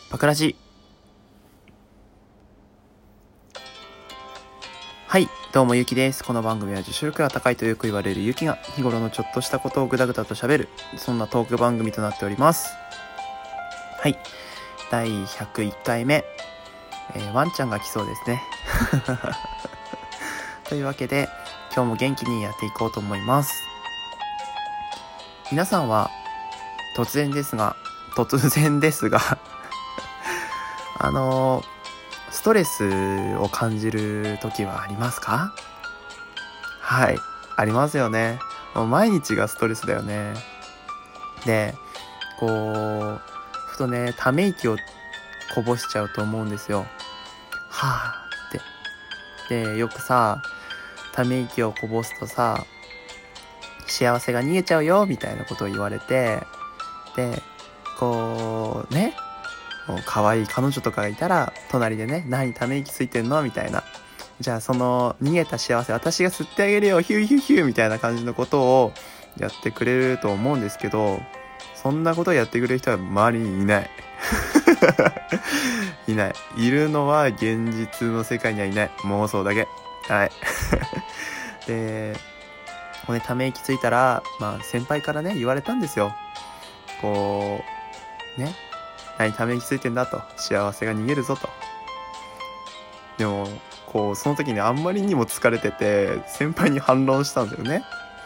パクラジ。はい、どうもゆきです。この番組は受賞力が高いとよく言われるゆきが日頃のちょっとしたことをぐだぐだと喋る、そんなトーク番組となっております。はい、第101回目、ワンちゃんが来そうですねというわけで今日も元気にやっていこうと思います。皆さんは突然ですがストレスを感じる時はありますか？はい、ありますよね。もう毎日がストレスだよね。で、ふとね、ため息をこぼしちゃうと思うんですよ。はぁって。で、よくさ、ため息をこぼすとさ、幸せが逃げちゃうよみたいなことを言われて、で、可愛い彼女とかがいたら隣でね、何ため息ついてんのみたいな、じゃあその逃げた幸せ私が吸ってあげるよヒューヒューヒューみたいな感じのことをやってくれると思うんですけど、そんなことをやってくれる人は周りにいないいるのは現実の世界にはいない。妄想だけ。はいで、ため息ついたら、先輩からね言われたんですよ。何ため息ついてんだと、幸せが逃げるぞと。でもその時にあんまりにも疲れてて先輩に反論したんだよね。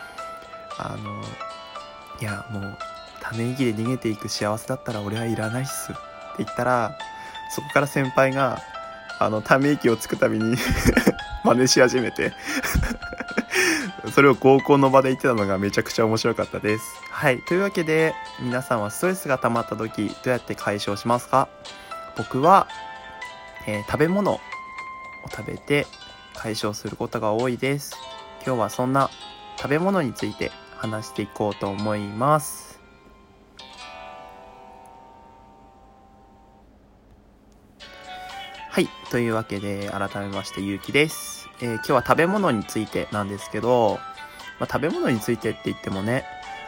いやもうため息で逃げていく幸せだったら俺はいらないっすって言ったら、そこから先輩がため息をつくたびに真似し始めてそれを合コンの場で言ってたのがめちゃくちゃ面白かったです。はい、というわけで皆さんはストレスが溜まった時どうやって解消しますか？僕は、食べ物を食べて解消することが多いです。今日はそんな食べ物について話していこうと思います。はい、というわけで改めましてゆうきです。今日は食べ物についてなんですけど、食べ物についてって言ってもね、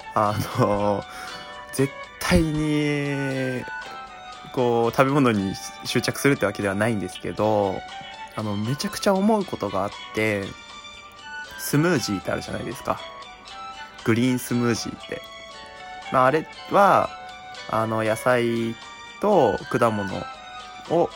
絶対に食べ物に執着するってわけではないんですけど、めちゃくちゃ思うことがあって、スムージーってあるじゃないですか。グリーンスムージーって、あれは野菜と果物を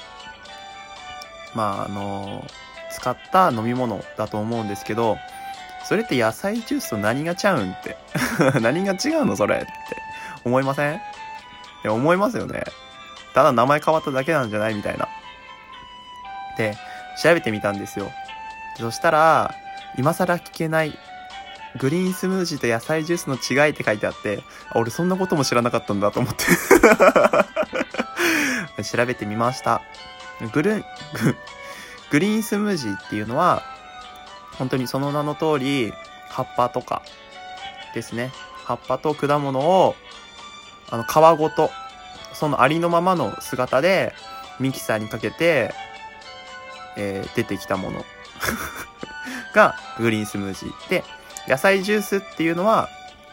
使った飲み物だと思うんですけど、それって野菜ジュースと何がちゃうんって何が違うのそれって思いません？いや思いますよね。ただ名前変わっただけなんじゃないみたいな。で、調べてみたんですよ。そしたら今更聞けないグリーンスムージーと野菜ジュースの違いって書いてあって、俺そんなことも知らなかったんだと思って調べてみました。グリーンスムージーっていうのは本当にその名の通り葉っぱとかですね。葉っぱと果物を皮ごとそのありのままの姿でミキサーにかけて、出てきたものがグリーンスムージーで、野菜ジュースっていうのは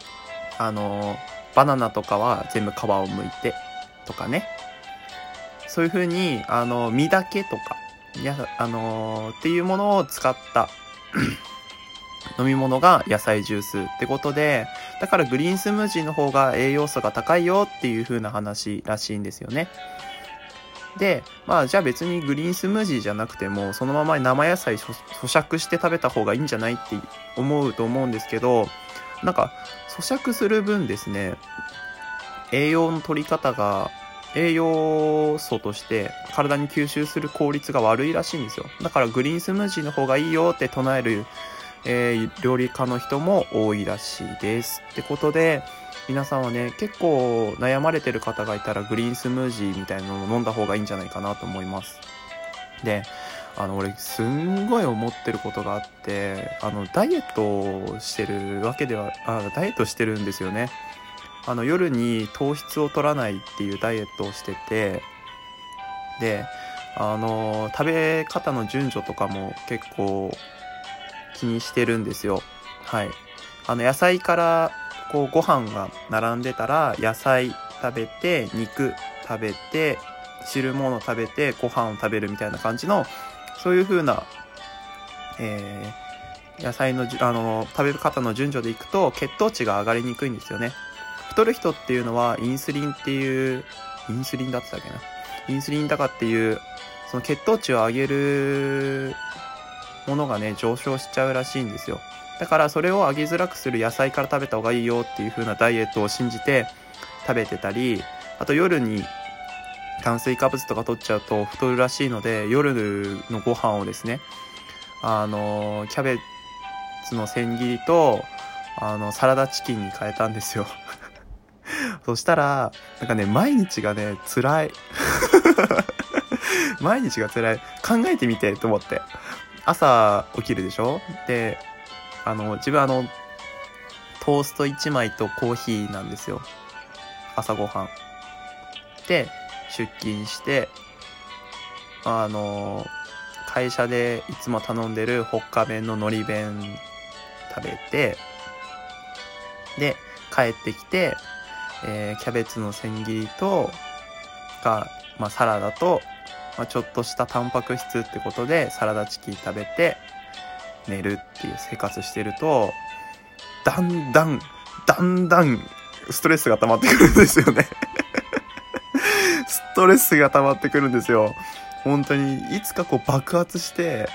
バナナとかは全部皮を剥いてとかね、そういう風に実だけとかっていうものを使った飲み物が野菜ジュースってことで、だからグリーンスムージーの方が栄養素が高いよっていう風な話らしいんですよね。で、じゃあ別にグリーンスムージーじゃなくてもそのまま生野菜咀嚼して食べた方がいいんじゃないって思うと思うんですけど、なんか咀嚼する分ですね、栄養の取り方が栄養素として体に吸収する効率が悪いらしいんですよ。だからグリーンスムージーの方がいいよって唱える、料理家の人も多いらしいですってことで、皆さんはね結構悩まれてる方がいたらグリーンスムージーみたいなのを飲んだ方がいいんじゃないかなと思います。で、俺すんごい思ってることがあって、ダイエットをしてるわけではダイエットしてるんですよね。夜に糖質を取らないっていうダイエットをしてて、で食べ方の順序とかも結構気にしてるんですよ。はい、野菜からご飯が並んでたら野菜食べて肉食べて汁物を食べてご飯を食べるみたいな感じの、そういう風な、野菜の食べ方の順序でいくと血糖値が上がりにくいんですよね。太る人っていうのはインスリンだってたっけな、インスリン高っていうその血糖値を上げるものがね上昇しちゃうらしいんですよ。だからそれを上げづらくする野菜から食べた方がいいよっていう風なダイエットを信じて食べてたり、あと夜に炭水化物とか取っちゃうと太るらしいので、夜のご飯をですね、キャベツの千切りとサラダチキンに変えたんですよそしたらなんかね毎日がね辛い毎日が辛い。考えてみてと思って、朝起きるでしょ。で自分トースト1枚とコーヒーなんですよ、朝ごはんで。出勤して会社でいつも頼んでるホッカ弁の海苔弁食べて、で帰ってきて、キャベツの千切りとサラダと、ちょっとしたタンパク質ってことでサラダチキン食べて寝るっていう生活してると、だんだんストレスが溜まってくるんですよねストレスが溜まってくるんですよ。本当にいつか爆発して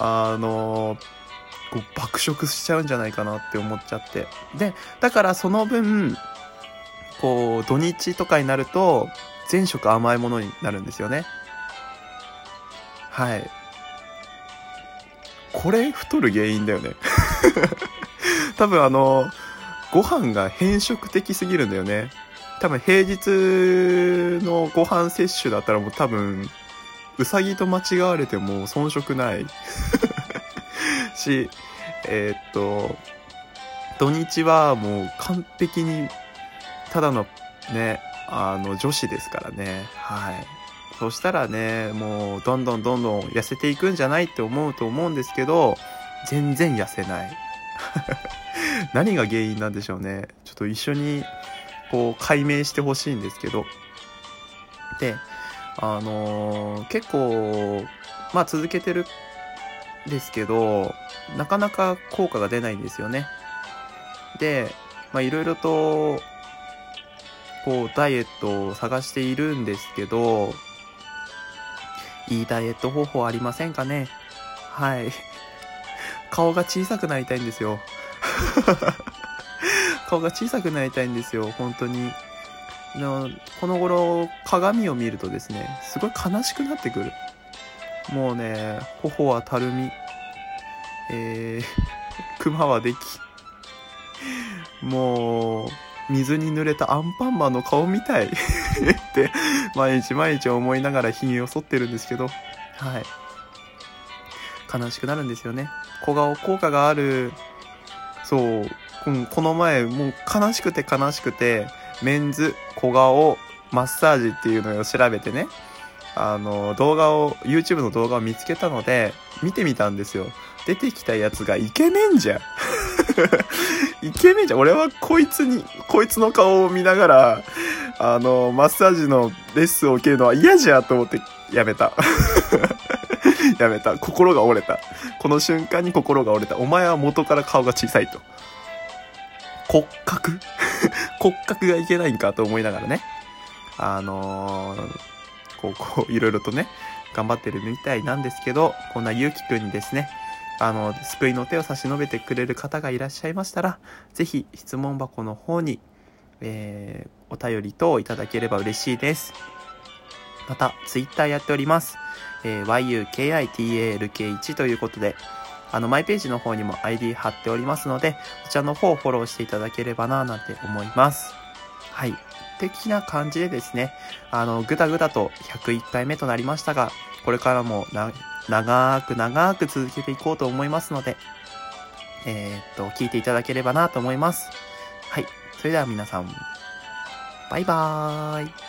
爆食しちゃうんじゃないかなって思っちゃって、でだからその分土日とかになると全食甘いものになるんですよね。はい、これ太る原因だよね多分ご飯が変色的すぎるんだよね。多分平日のご飯摂取だったらもう多分うさぎと間違われても遜色ないし、土日はもう完璧にただのね女子ですからね。はい。そしたらねもうどんどん痩せていくんじゃないって思うと思うんですけど、全然痩せない何が原因なんでしょうね。ちょっと一緒に解明してほしいんですけど、で結構続けてるんですけどなかなか効果が出ないんですよね。でいろいろとダイエットを探しているんですけど、いいダイエット方法ありませんかね。はい。顔が小さくなりたいんですよ顔が小さくなりたいんですよ本当に。この頃鏡を見るとですねすごい悲しくなってくる。もうね頬はたるみ、クマはでき、もう水に濡れたアンパンマンの顔みたいって毎日思いながら日によそってるんですけど、はい、悲しくなるんですよね。小顔効果がある。そうこの前もう悲しくてメンズ小顔マッサージっていうのを調べてねYouTube の動画を見つけたので見てみたんですよ。出てきたやつがイケメンじゃんイケメンじゃん。俺はこいつの顔を見ながらマッサージのレッスンを受けるのは嫌じゃと思ってやめた心が折れた。この瞬間に心が折れた。お前は元から顔が小さいと。骨格がいけないんかと思いながらねいろいろとね頑張ってるみたいなんですけど、こんなゆうきくんにですね救いの手を差し伸べてくれる方がいらっしゃいましたら、ぜひ質問箱の方に、お便り等いただければ嬉しいです。またツイッターやっております。yukitalk1 ということでマイページの方にも ID 貼っておりますので、こちらの方をフォローしていただければななんて思います。はい。的な感じでですね、ぐだぐだと101回目となりましたが、これからも長く続けていこうと思いますので、聞いていただければなと思います。はい。それでは皆さん、バイバーイ。